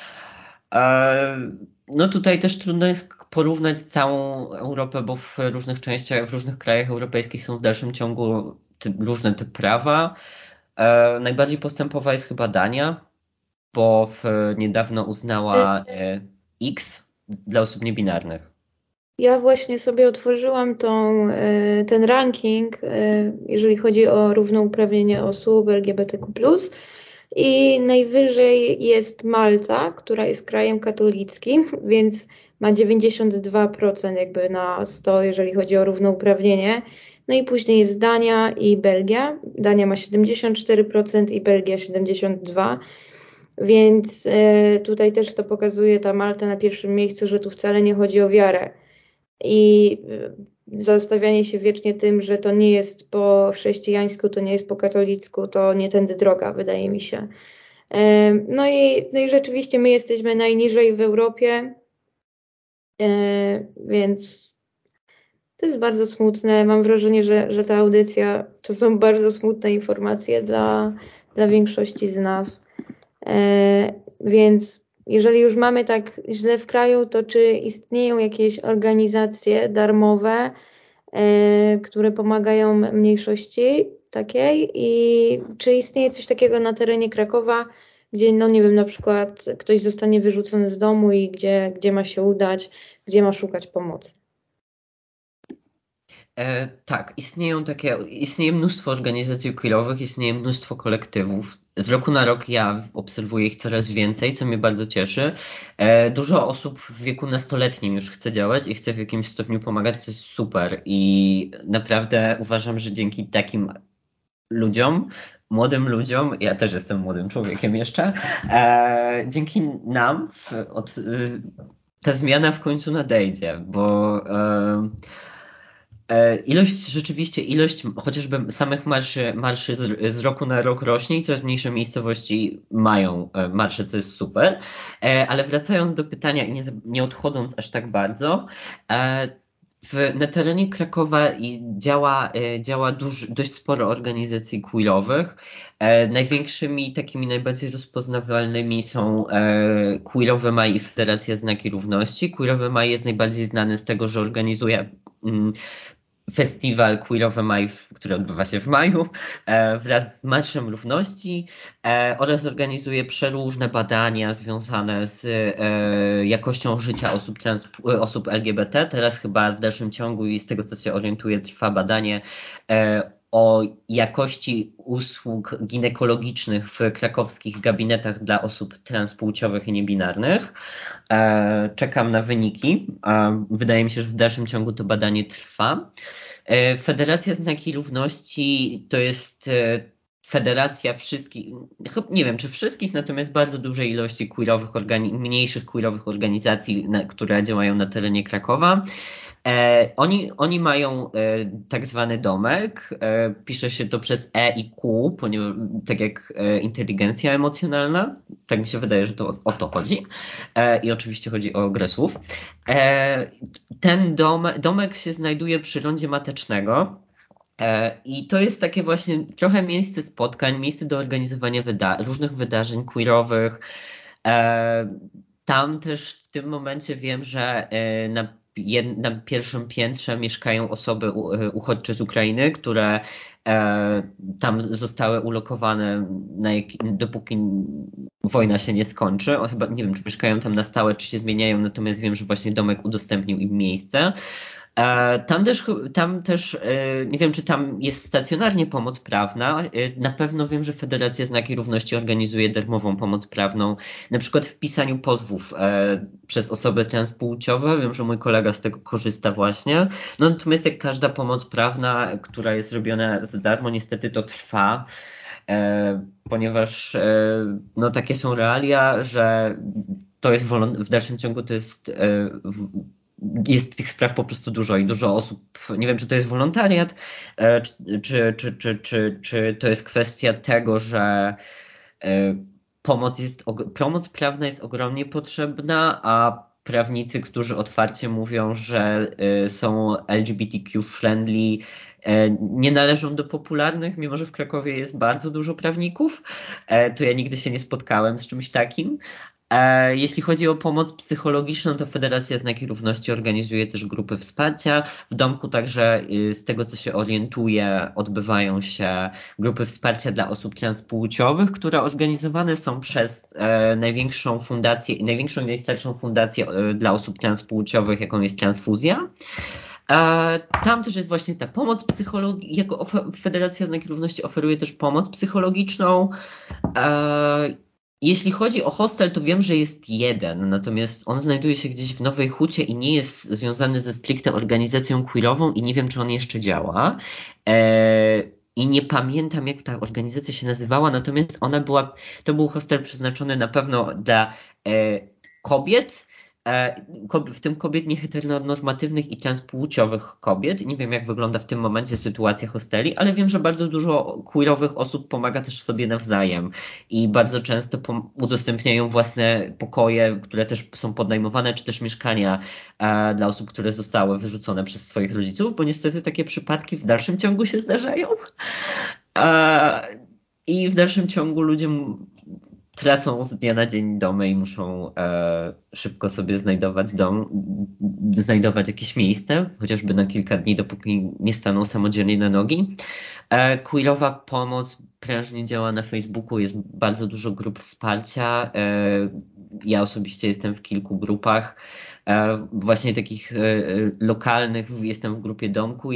No tutaj też trudno jest porównać całą Europę, bo w różnych częściach, w różnych krajach europejskich są w dalszym ciągu różne te prawa. Najbardziej postępowa jest chyba Dania, bo niedawno uznała X dla osób niebinarnych. Ja właśnie sobie otworzyłam ten ranking, jeżeli chodzi o równouprawnienie osób LGBTQ+. I najwyżej jest Malta, która jest krajem katolickim, więc ma 92% jakby na 100, jeżeli chodzi o równouprawnienie. No i później jest Dania i Belgia. Dania ma 74% i Belgia 72%. Więc tutaj też to pokazuje ta Malta na pierwszym miejscu, że tu wcale nie chodzi o wiarę. I zastanawianie się wiecznie tym, że to nie jest po chrześcijańsku, to nie jest po katolicku, to nie tędy droga, wydaje mi się. No i rzeczywiście my jesteśmy najniżej w Europie, więc to jest bardzo smutne. Mam wrażenie, że ta audycja to są bardzo smutne informacje dla większości z nas. Więc jeżeli już mamy tak źle w kraju, to czy istnieją jakieś organizacje darmowe, które pomagają mniejszości takiej i czy istnieje coś takiego na terenie Krakowa, gdzie, no nie wiem, na przykład ktoś zostanie wyrzucony z domu i gdzie ma się udać, gdzie ma szukać pomocy? Tak, istnieje mnóstwo organizacji queerowych, istnieje mnóstwo kolektywów. Z roku na rok ja obserwuję ich coraz więcej, co mnie bardzo cieszy. Dużo osób w wieku nastoletnim już chce działać i chce w jakimś stopniu pomagać, co jest super. I naprawdę uważam, że dzięki takim ludziom, młodym ludziom, ja też jestem młodym człowiekiem jeszcze, dzięki nam ta zmiana w końcu nadejdzie, bo ilość chociażby samych marszy z roku na rok rośnie i coraz mniejsze miejscowości mają marsze, co jest super. Ale wracając do pytania i nie odchodząc aż tak bardzo, na terenie Krakowa działa dość sporo organizacji queerowych. Największymi, takimi najbardziej rozpoznawalnymi są Queerowy Maj i Federacja Znaki Równości. Queerowy Maj jest najbardziej znany z tego, że organizuje festiwal Queerowy Maj, który odbywa się w maju, wraz z Marszem Równości oraz organizuje przeróżne badania związane z jakością życia osób LGBT. Teraz chyba w dalszym ciągu i z tego co się orientuję trwa badanie o jakości usług ginekologicznych w krakowskich gabinetach dla osób transpłciowych i niebinarnych. Czekam na wyniki. Wydaje mi się, że w dalszym ciągu to badanie trwa. Federacja Znaki Równości to jest federacja wszystkich, nie wiem czy wszystkich, natomiast bardzo dużej ilości mniejszych queerowych organizacji, które działają na terenie Krakowa. Oni mają tak zwany domek, pisze się to przez E i Q, ponieważ, tak jak inteligencja emocjonalna, tak mi się wydaje, że to o to chodzi. I oczywiście chodzi o grę słów. Ten domek się znajduje przy Rondzie Matecznego. I to jest takie właśnie trochę miejsce spotkań, miejsce do organizowania różnych wydarzeń queerowych. Tam też w tym momencie wiem, że na pierwszym piętrze mieszkają osoby uchodźcze z Ukrainy, które tam zostały ulokowane dopóki wojna się nie skończy. Chyba nie wiem, czy mieszkają tam na stałe, czy się zmieniają, natomiast wiem, że właśnie domek udostępnił im miejsce. Tam też nie wiem, czy tam jest stacjonarnie pomoc prawna. Na pewno wiem, że Federacja Znaki Równości organizuje darmową pomoc prawną, na przykład w pisaniu pozwów przez osoby transpłciowe. Wiem, że mój kolega z tego korzysta właśnie. No natomiast jak każda pomoc prawna, która jest robiona za darmo, niestety to trwa. Ponieważ no takie są realia, że to jest w dalszym ciągu to jest tych spraw po prostu dużo i dużo osób, nie wiem czy to jest wolontariat, czy to jest kwestia tego, że pomoc prawna jest ogromnie potrzebna, a prawnicy, którzy otwarcie mówią, że są LGBTQ friendly, nie należą do popularnych, mimo że w Krakowie jest bardzo dużo prawników, to ja nigdy się nie spotkałem z czymś takim. Jeśli chodzi o pomoc psychologiczną, to Federacja Znaki Równości organizuje też grupy wsparcia. W domku także, z tego co się orientuję, odbywają się grupy wsparcia dla osób transpłciowych, które organizowane są przez największą i najstarszą fundację dla osób transpłciowych, jaką jest Transfuzja. Tam też jest właśnie ta pomoc psychologiczna, Federacja Znaki Równości oferuje też pomoc psychologiczną. Jeśli chodzi o hostel, to wiem, że jest jeden, natomiast on znajduje się gdzieś w Nowej Hucie i nie jest związany ze stricte organizacją queerową i nie wiem, czy on jeszcze działa. I nie pamiętam, jak ta organizacja się nazywała, natomiast to był hostel przeznaczony na pewno dla kobiet, w tym kobiet nieheteronormatywnych i transpłciowych kobiet. Nie wiem, jak wygląda w tym momencie sytuacja hosteli, ale wiem, że bardzo dużo queerowych osób pomaga też sobie nawzajem i bardzo często udostępniają własne pokoje, które też są podnajmowane, czy też mieszkania dla osób, które zostały wyrzucone przez swoich rodziców, bo niestety takie przypadki w dalszym ciągu się zdarzają. I w dalszym ciągu ludzie tracą z dnia na dzień domy i muszą szybko sobie znajdować jakieś miejsce, chociażby na kilka dni, dopóki nie staną samodzielnie na nogi. Queerowa pomoc prężnie działa na Facebooku, jest bardzo dużo grup wsparcia. Ja osobiście jestem w kilku grupach, właśnie takich lokalnych, jestem w grupie Domku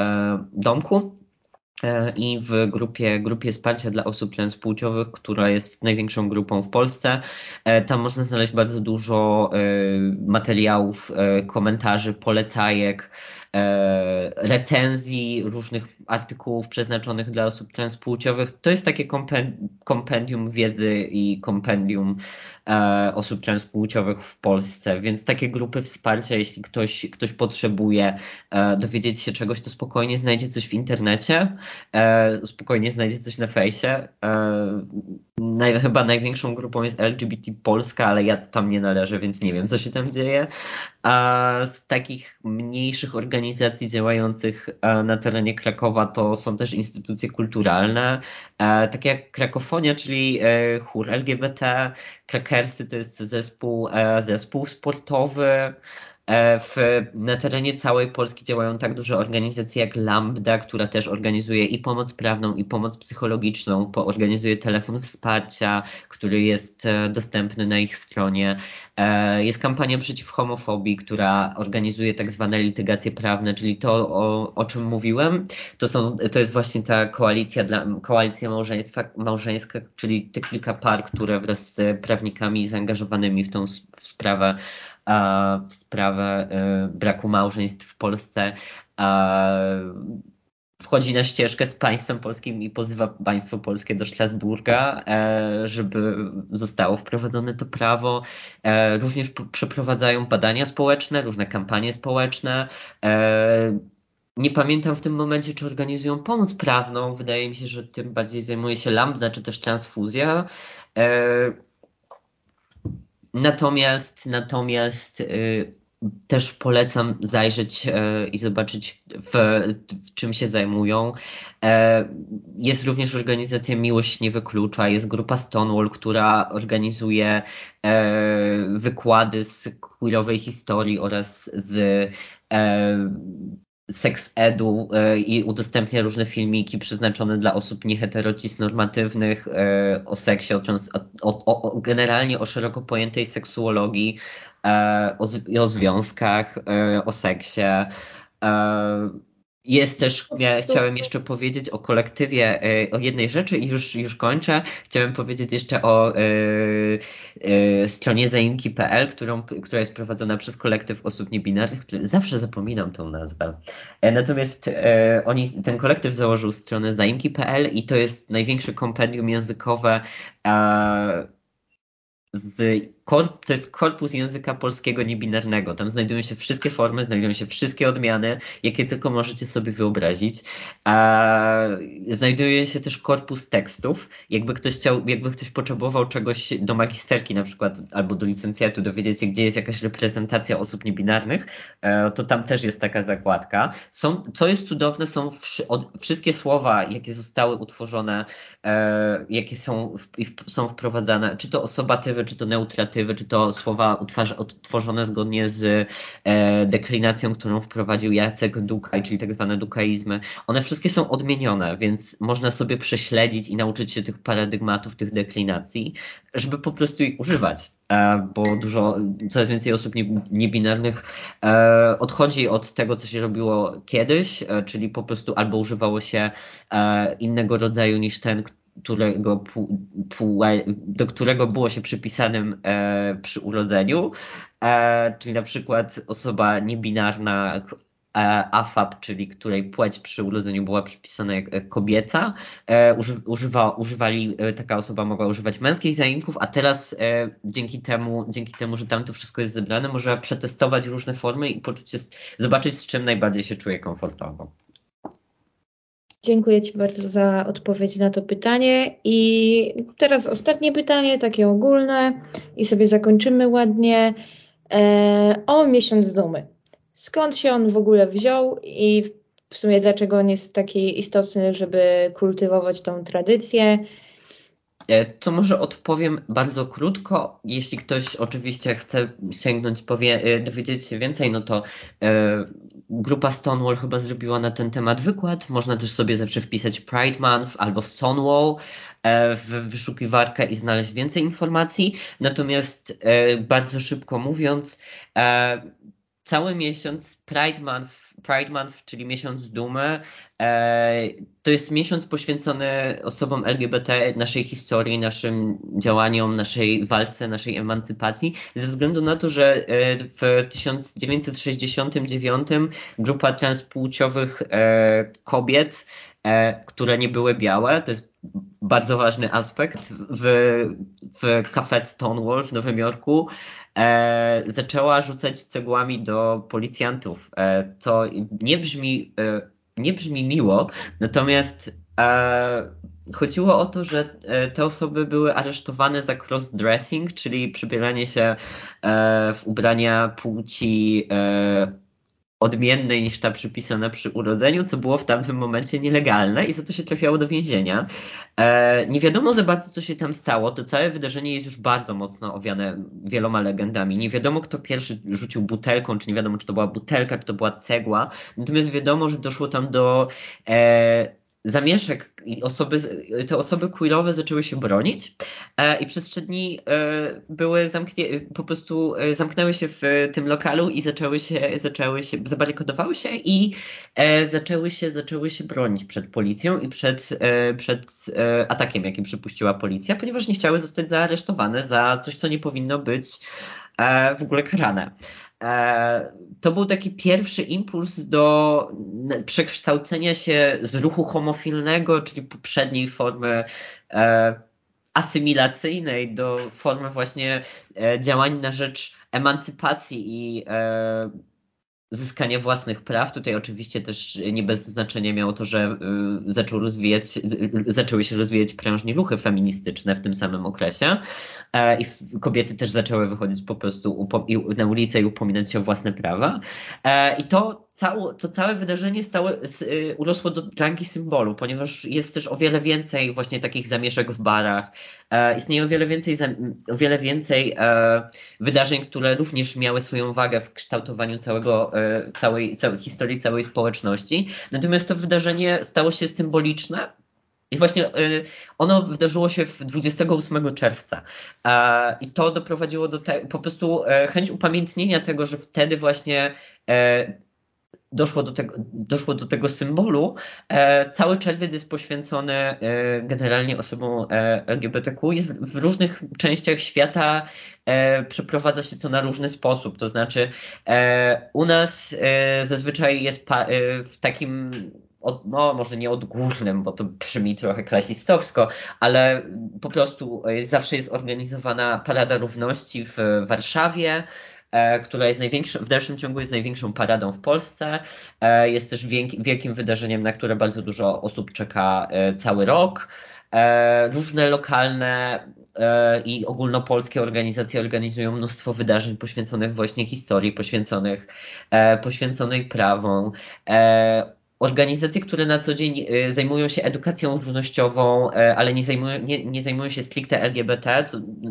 i w grupie wsparcia dla osób transpłciowych, która jest największą grupą w Polsce. Tam można znaleźć bardzo dużo materiałów, komentarzy, polecajek, recenzji różnych artykułów przeznaczonych dla osób transpłciowych. To jest takie kompendium wiedzy i kompendium osób transpłciowych w Polsce, więc takie grupy wsparcia, jeśli ktoś potrzebuje dowiedzieć się czegoś, to spokojnie znajdzie coś w internecie, spokojnie znajdzie coś na fejsie. Chyba największą grupą jest LGBT Polska, ale ja tam nie należę, więc nie wiem, co się tam dzieje. A z takich mniejszych organizacji działających na terenie Krakowa to są też instytucje kulturalne, takie jak Krakofonia, czyli chór LGBT, Krakersy to jest zespół sportowy. Na terenie całej Polski działają tak duże organizacje jak Lambda, która też organizuje i pomoc prawną, i pomoc psychologiczną, organizuje telefon wsparcia, który jest dostępny na ich stronie. Jest kampania przeciw homofobii, która organizuje tak zwane litygacje prawne, czyli to, o czym mówiłem. To jest właśnie ta koalicja małżeńska, czyli te kilka par, które wraz z prawnikami zaangażowanymi w tą sprawę braku małżeństw w Polsce wchodzi na ścieżkę z państwem polskim i pozywa państwo polskie do Strasburga, żeby zostało wprowadzone to prawo. Również przeprowadzają badania społeczne, różne kampanie społeczne. Nie pamiętam w tym momencie, czy organizują pomoc prawną. Wydaje mi się, że tym bardziej zajmuje się Lambda, czy też transfuzja. Natomiast też polecam zajrzeć i zobaczyć, w czym się zajmują. Jest również organizacja Miłość nie wyklucza, jest grupa Stonewall, która organizuje wykłady z queerowej historii oraz z sex edu i udostępnia różne filmiki przeznaczone dla osób nieheterocisnormatywnych o seksie, generalnie o szeroko pojętej seksuologii, o związkach, o seksie. Jest też, chciałem jeszcze powiedzieć o kolektywie, o jednej rzeczy i już kończę. Chciałem powiedzieć jeszcze o stronie zaimki.pl, która jest prowadzona przez kolektyw osób niebinarnych, który zawsze zapominam tą nazwę. Natomiast ten kolektyw założył stronę zaimki.pl i to jest największe kompendium językowe to jest korpus języka polskiego niebinarnego. Tam znajdują się wszystkie formy, znajdują się wszystkie odmiany, jakie tylko możecie sobie wyobrazić. Znajduje się też korpus tekstów. Jakby ktoś potrzebował czegoś do magisterki na przykład, albo do licencjatu, dowiedzieć się, gdzie jest jakaś reprezentacja osób niebinarnych, to tam też jest taka zakładka. Co jest cudowne, są wszystkie słowa, jakie zostały utworzone, jakie są wprowadzane, czy to osobatywy, czy to neutratywy, czy to słowa odtworzone zgodnie z deklinacją, którą wprowadził Jacek Dukaj, czyli tak zwane dukaizmy. One wszystkie są odmienione, więc można sobie prześledzić i nauczyć się tych paradygmatów, tych deklinacji, żeby po prostu ich używać. Bo coraz więcej osób niebinarnych odchodzi od tego, co się robiło kiedyś, czyli po prostu albo używało się innego rodzaju niż ten, do którego było się przypisanym przy urodzeniu, czyli na przykład osoba niebinarna AFAB, czyli której płeć przy urodzeniu była przypisana jak kobieca, taka osoba mogła używać męskich zaimków, a teraz dzięki temu, że tam to wszystko jest zebrane, może przetestować różne formy i zobaczyć, z czym najbardziej się czuje komfortowo. Dziękuję Ci bardzo za odpowiedź na to pytanie. I teraz ostatnie pytanie, takie ogólne i sobie zakończymy ładnie. O miesiąc dumy. Skąd się on w ogóle wziął i w sumie dlaczego on jest taki istotny, żeby kultywować tą tradycję? To może odpowiem bardzo krótko. Jeśli ktoś oczywiście chce sięgnąć, dowiedzieć się więcej, no to grupa Stonewall chyba zrobiła na ten temat wykład. Można też sobie zawsze wpisać Pride Month albo Stonewall w wyszukiwarkę i znaleźć więcej informacji. Natomiast bardzo szybko mówiąc, cały miesiąc Pride Month, czyli miesiąc dumy, to jest miesiąc poświęcony osobom LGBT, naszej historii, naszym działaniom, naszej walce, naszej emancypacji, ze względu na to, że w 1969 grupa transpłciowych kobiet, które nie były białe, to jest bardzo ważny aspekt, w Cafe Stonewall w Nowym Jorku zaczęła rzucać cegłami do policjantów. To nie brzmi miło, natomiast chodziło o to, że te osoby były aresztowane za cross-dressing, czyli przybieranie się w ubrania płci odmiennej niż ta przypisana przy urodzeniu, co było w tamtym momencie nielegalne i za to się trafiało do więzienia. Nie wiadomo za bardzo, co się tam stało. To całe wydarzenie jest już bardzo mocno owiane wieloma legendami. Nie wiadomo, kto pierwszy rzucił butelką, czy nie wiadomo, czy to była butelka, czy to była cegła. Natomiast wiadomo, że doszło tam do zamieszek i te osoby queerowe zaczęły się bronić i przez 3 dni były po prostu zamknęły się w tym lokalu i zabarykadowały się i zaczęły się bronić przed policją i przed atakiem, jaki przypuściła policja, ponieważ nie chciały zostać zaaresztowane za coś, co nie powinno być w ogóle karane. To był taki pierwszy impuls do przekształcenia się z ruchu homofilnego, czyli poprzedniej formy asymilacyjnej, do formy właśnie działań na rzecz emancypacji i zyskania własnych praw. Tutaj oczywiście też nie bez znaczenia miało to, że zaczęły się rozwijać prężnie ruchy feministyczne w tym samym okresie i kobiety też zaczęły wychodzić po prostu na ulicę i upominać się o własne prawa. I to całe wydarzenie urosło do rangi symbolu, ponieważ jest też o wiele więcej właśnie takich zamieszek w barach. Istnieje o wiele więcej wydarzeń, które również miały swoją wagę w kształtowaniu całej historii całej społeczności. Natomiast to wydarzenie stało się symboliczne i właśnie ono wydarzyło się 28 czerwca. I to doprowadziło do po prostu chęć upamiętnienia tego, że wtedy właśnie doszło do tego symbolu. Cały czerwiec jest poświęcony generalnie osobom LGBTQ i w różnych częściach świata przeprowadza się to na różny sposób. To znaczy u nas zazwyczaj jest w takim no może nie odgórnym, bo to brzmi trochę klasistowsko, ale po prostu zawsze jest organizowana Parada Równości w Warszawie, która jest w dalszym ciągu jest największą paradą w Polsce. Jest też wielkim wydarzeniem, na które bardzo dużo osób czeka cały rok. Różne lokalne i ogólnopolskie organizacje organizują mnóstwo wydarzeń poświęconych właśnie historii, poświęconej prawom. Organizacje, które na co dzień zajmują się edukacją równościową, ale nie zajmują się stricte LGBT,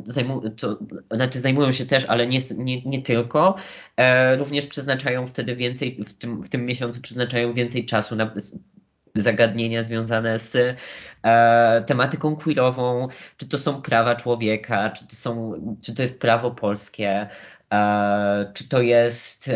zajmują się też, ale nie tylko. Również przeznaczają wtedy więcej, w tym miesiącu przeznaczają więcej czasu na zagadnienia związane z tematyką queerową, czy to są prawa człowieka, czy to jest prawo polskie, czy to jest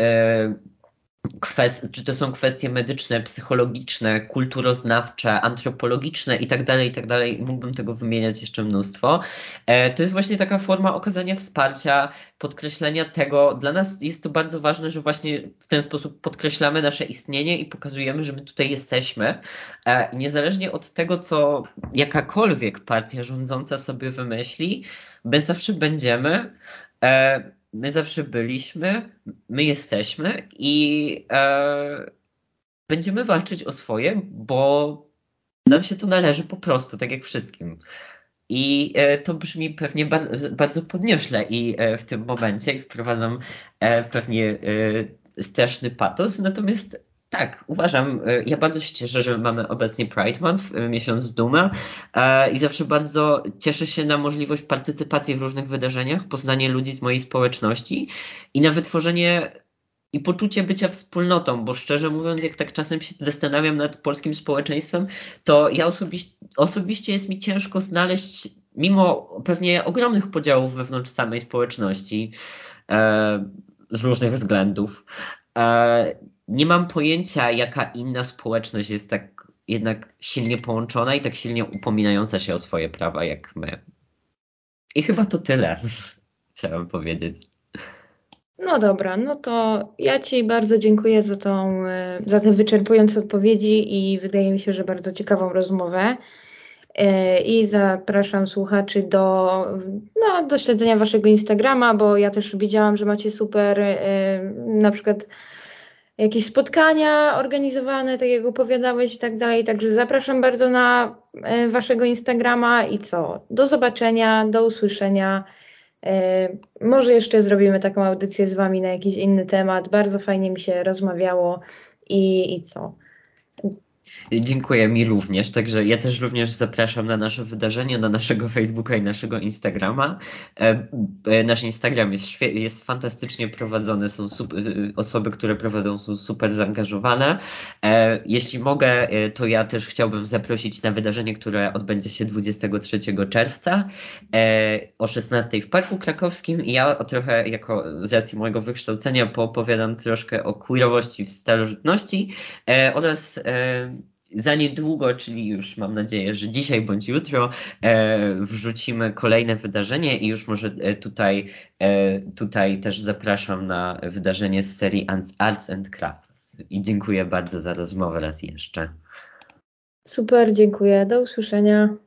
czy to są kwestie medyczne, psychologiczne, kulturoznawcze, antropologiczne i tak dalej. Mógłbym tego wymieniać jeszcze mnóstwo. To jest właśnie taka forma okazania wsparcia, podkreślenia tego. Dla nas jest to bardzo ważne, że właśnie w ten sposób podkreślamy nasze istnienie i pokazujemy, że my tutaj jesteśmy. I niezależnie od tego, co jakakolwiek partia rządząca sobie wymyśli, my zawsze będziemy. My zawsze byliśmy, my jesteśmy i będziemy walczyć o swoje, bo nam się to należy po prostu, tak jak wszystkim. I to brzmi pewnie bardzo podniośle i w tym momencie wprowadzam pewnie straszny patos, natomiast tak, uważam, ja bardzo się cieszę, że mamy obecnie Pride Month, miesiąc dumy i zawsze bardzo cieszę się na możliwość partycypacji w różnych wydarzeniach, poznanie ludzi z mojej społeczności i na wytworzenie i poczucie bycia wspólnotą, bo szczerze mówiąc, jak tak czasem się zastanawiam nad polskim społeczeństwem, to ja osobiście jest mi ciężko znaleźć, mimo pewnie ogromnych podziałów wewnątrz samej społeczności, z różnych względów, nie mam pojęcia, jaka inna społeczność jest tak jednak silnie połączona i tak silnie upominająca się o swoje prawa jak my. I chyba to tyle, chciałem powiedzieć. No dobra, no to ja Ci bardzo dziękuję za te wyczerpujące odpowiedzi i wydaje mi się, że bardzo ciekawą rozmowę. I zapraszam słuchaczy do śledzenia Waszego Instagrama, bo ja też widziałam, że macie super na przykład jakieś spotkania organizowane, tak jak opowiadałeś i tak dalej. Także zapraszam bardzo na Waszego Instagrama i co? Do zobaczenia, do usłyszenia. Może jeszcze zrobimy taką audycję z Wami na jakiś inny temat. Bardzo fajnie mi się rozmawiało i co? Dziękuję mi również, także ja też również zapraszam na nasze wydarzenia, na naszego Facebooka i naszego Instagrama. Nasz Instagram jest fantastycznie prowadzony, osoby, które prowadzą, są super zaangażowane. Jeśli mogę, to ja też chciałbym zaprosić na wydarzenie, które odbędzie się 23 czerwca o 16 w Parku Krakowskim i ja trochę z racji mojego wykształcenia poopowiadam troszkę o queerowości w starożytności oraz za niedługo, czyli już mam nadzieję, że dzisiaj bądź jutro wrzucimy kolejne wydarzenie i już może tutaj też zapraszam na wydarzenie z serii Arts and Crafts. I dziękuję bardzo za rozmowę raz jeszcze. Super, dziękuję. Do usłyszenia.